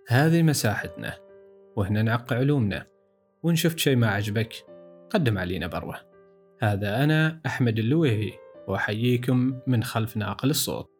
هذه مساحتنا، وهنا نعقي علومنا، وإن شفت شيء ما عجبك قدم علينا بروه. هذا أنا أحمد اللويهي، وأحييكم من خلف ناقل الصوت.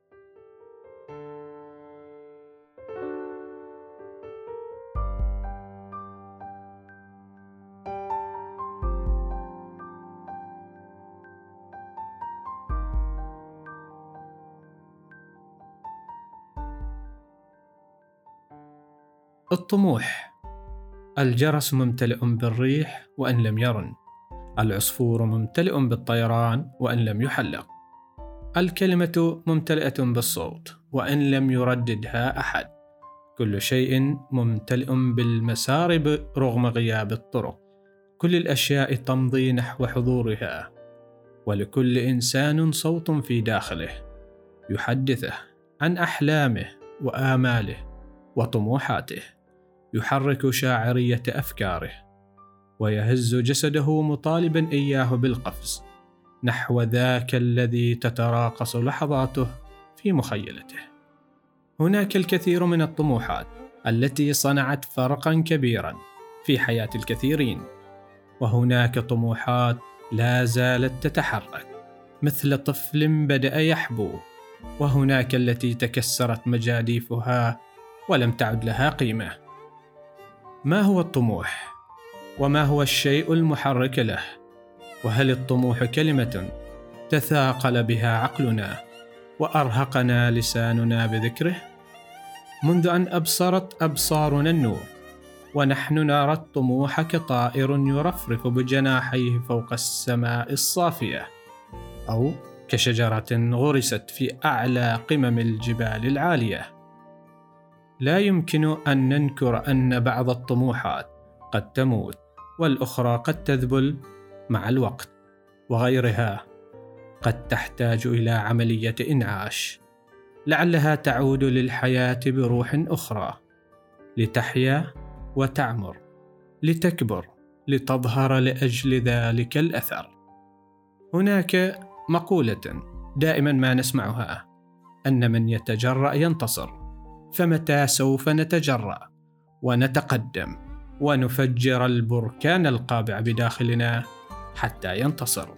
الطموح. الجرس ممتلئ بالريح وإن لم يرن، العصفور ممتلئ بالطيران وإن لم يحلق، الكلمة ممتلئة بالصوت وإن لم يرددها أحد، كل شيء ممتلئ بالمسار رغم غياب الطرق، كل الأشياء تمضي نحو حضورها، ولكل إنسان صوت في داخله يحدثه عن أحلامه وآماله وطموحاته، يحرك شاعرية أفكاره ويهز جسده مطالبا إياه بالقفز نحو ذاك الذي تتراقص لحظاته في مخيلته. هناك الكثير من الطموحات التي صنعت فرقا كبيرا في حياة الكثيرين، وهناك طموحات لا زالت تتحرك مثل طفل بدأ يحبو، وهناك التي تكسرت مجاديفها ولم تعد لها قيمة. ما هو الطموح؟ وما هو الشيء المحرك له؟ وهل الطموح كلمة تثاقل بها عقلنا وأرهقنا لساننا بذكره؟ منذ أن أبصرت أبصارنا النور ونحن نرى الطموح كطائر يرفرف بجناحيه فوق السماء الصافية، أو كشجرة غرست في أعلى قمم الجبال العالية. لا يمكن أن ننكر أن بعض الطموحات قد تموت والأخرى قد تذبل مع الوقت، وغيرها قد تحتاج إلى عملية إنعاش، لعلها تعود للحياة بروح أخرى، لتحيا وتعمر، لتكبر، لتظهر لأجل ذلك الأثر. هناك مقولة دائما ما نسمعها، أن من يتجرأ ينتصر، فمتى سوف نتجرأ ونتقدم ونفجر البركان القابع بداخلنا حتى ينتصر؟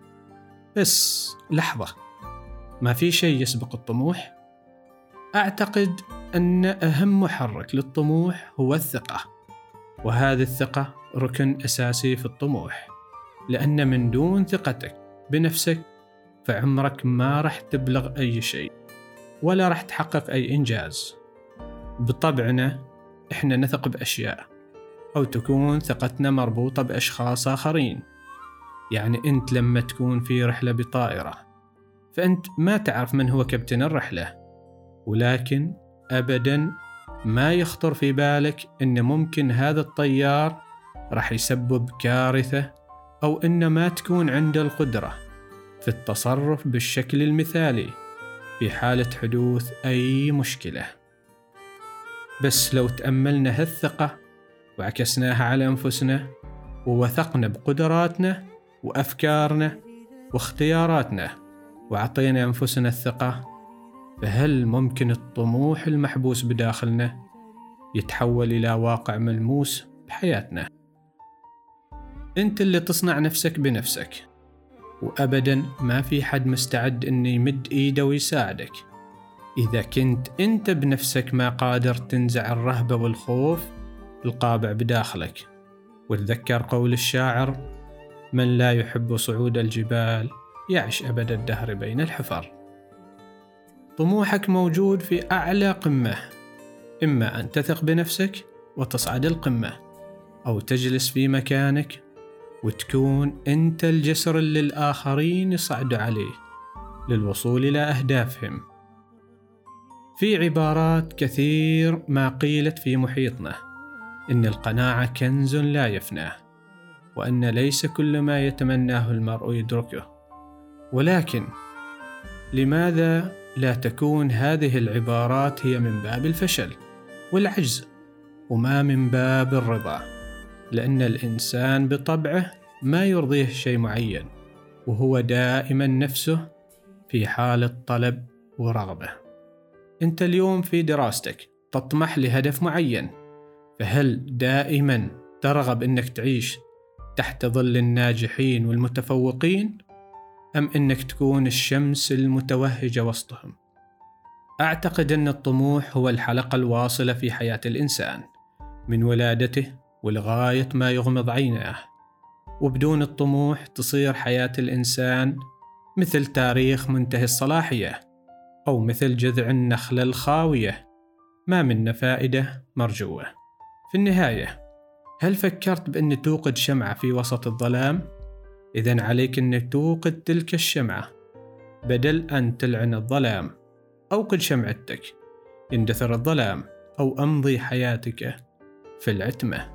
بس لحظة، ما في شيء يسبق الطموح؟ أعتقد أن أهم محرك للطموح هو الثقة، وهذه الثقة ركن أساسي في الطموح، لأن من دون ثقتك بنفسك فعمرك ما رح تبلغ أي شيء ولا رح تحقق أي إنجاز. بطبعنا إحنا نثق بأشياء، أو تكون ثقتنا مربوطة بأشخاص آخرين. يعني أنت لما تكون في رحلة بطائرة فأنت ما تعرف من هو كابتن الرحلة، ولكن أبدا ما يخطر في بالك أن ممكن هذا الطيار رح يسبب كارثة، أو أن ما تكون عنده القدرة في التصرف بالشكل المثالي في حالة حدوث أي مشكلة. بس لو تأملنا هالثقة وعكسناها على أنفسنا ووثقنا بقدراتنا وأفكارنا واختياراتنا وعطينا أنفسنا الثقة، فهل ممكن الطموح المحبوس بداخلنا يتحول إلى واقع ملموس بحياتنا؟ أنت اللي تصنع نفسك بنفسك، وأبدا ما في حد مستعد أن يمد إيده ويساعدك إذا كنت أنت بنفسك ما قادر تنزع الرهبة والخوف القابع بداخلك. وتذكر قول الشاعر: من لا يحب صعود الجبال يعش أبد الدهر بين الحفر. طموحك موجود في أعلى قمة، إما أن تثق بنفسك وتصعد القمة، أو تجلس في مكانك وتكون أنت الجسر اللي الآخرين يصعدوا عليه للوصول إلى أهدافهم. في عبارات كثير ما قيلت في محيطنا إن القناعة كنز لا يفنى، وأن ليس كل ما يتمناه المرء يدركه. ولكن لماذا لا تكون هذه العبارات هي من باب الفشل والعجز وما من باب الرضا؟ لأن الإنسان بطبعه ما يرضيه شيء معين، وهو دائما نفسه في حالة طلب ورغبة. أنت اليوم في دراستك تطمح لهدف معين، فهل دائما ترغب أنك تعيش تحت ظل الناجحين والمتفوقين، أم أنك تكون الشمس المتوهجة وسطهم؟ أعتقد أن الطموح هو الحلقة الواصلة في حياة الإنسان من ولادته ولغاية ما يغمض عيناه، وبدون الطموح تصير حياة الإنسان مثل تاريخ منتهي الصلاحية، أو مثل جذع النخلة الخاوية، ما منه فائدة مرجوة. في النهاية، هل فكرت بأن توقد شمعة في وسط الظلام؟ إذن عليك أن توقد تلك الشمعة بدل أن تلعن الظلام. أوقد شمعتك، اندثر الظلام، أو أمضي حياتك في العتمة.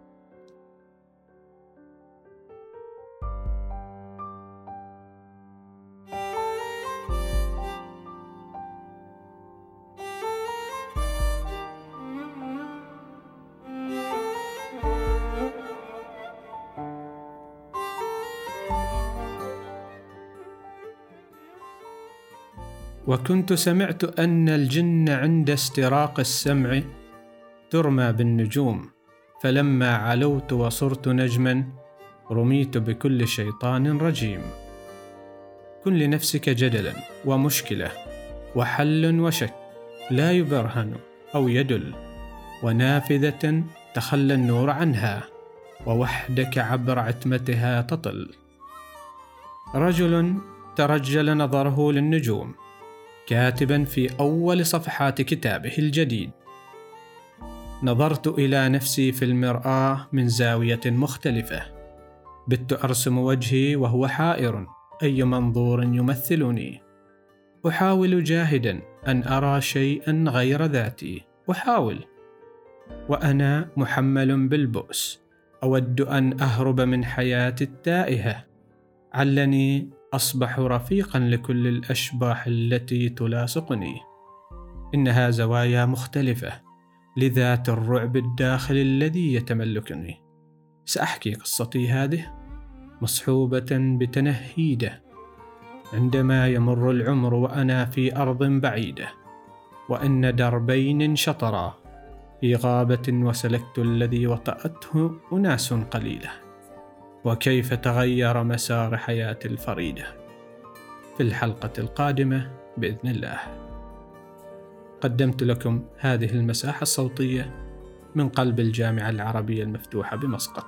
وكنت سمعت أن الجن عند استراق السمع ترمى بالنجوم، فلما علوت وصرت نجما رميت بكل شيطان رجيم. كن لنفسك جدلا ومشكلة وحل وشك لا يبرهن أو يدل، ونافذة تخلى النور عنها، ووحدك عبر عتمتها تطل. رجل ترجل نظره للنجوم كاتبا في أول صفحات كتابه الجديد: نظرت إلى نفسي في المرآة من زاوية مختلفة، بت أرسم وجهي وهو حائر أي منظور يمثلني، أحاول جاهدا أن أرى شيئا غير ذاتي، أحاول وأنا محمل بالبؤس، أود أن أهرب من حياتي التائهة، علني أصبح رفيقا لكل الأشباح التي تلاصقني. إنها زوايا مختلفة لذات الرعب الداخلي الذي يتملكني. سأحكي قصتي هذه مصحوبة بتنهيدة عندما يمر العمر وأنا في أرض بعيدة، وأن دربين انشطرا في غابة وسلكت الذي وطأته أناس قليلة، وكيف تغير مسار حياتي الفريدة. في الحلقة القادمة بإذن الله. قدمت لكم هذه المساحة الصوتية من قلب الجامعة العربية المفتوحة بمسقط.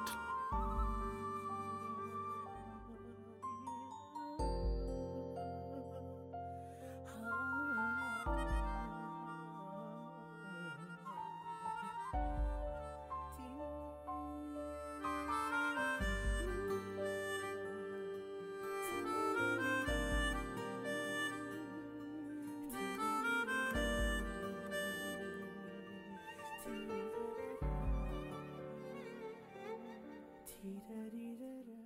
Dee da dee da da.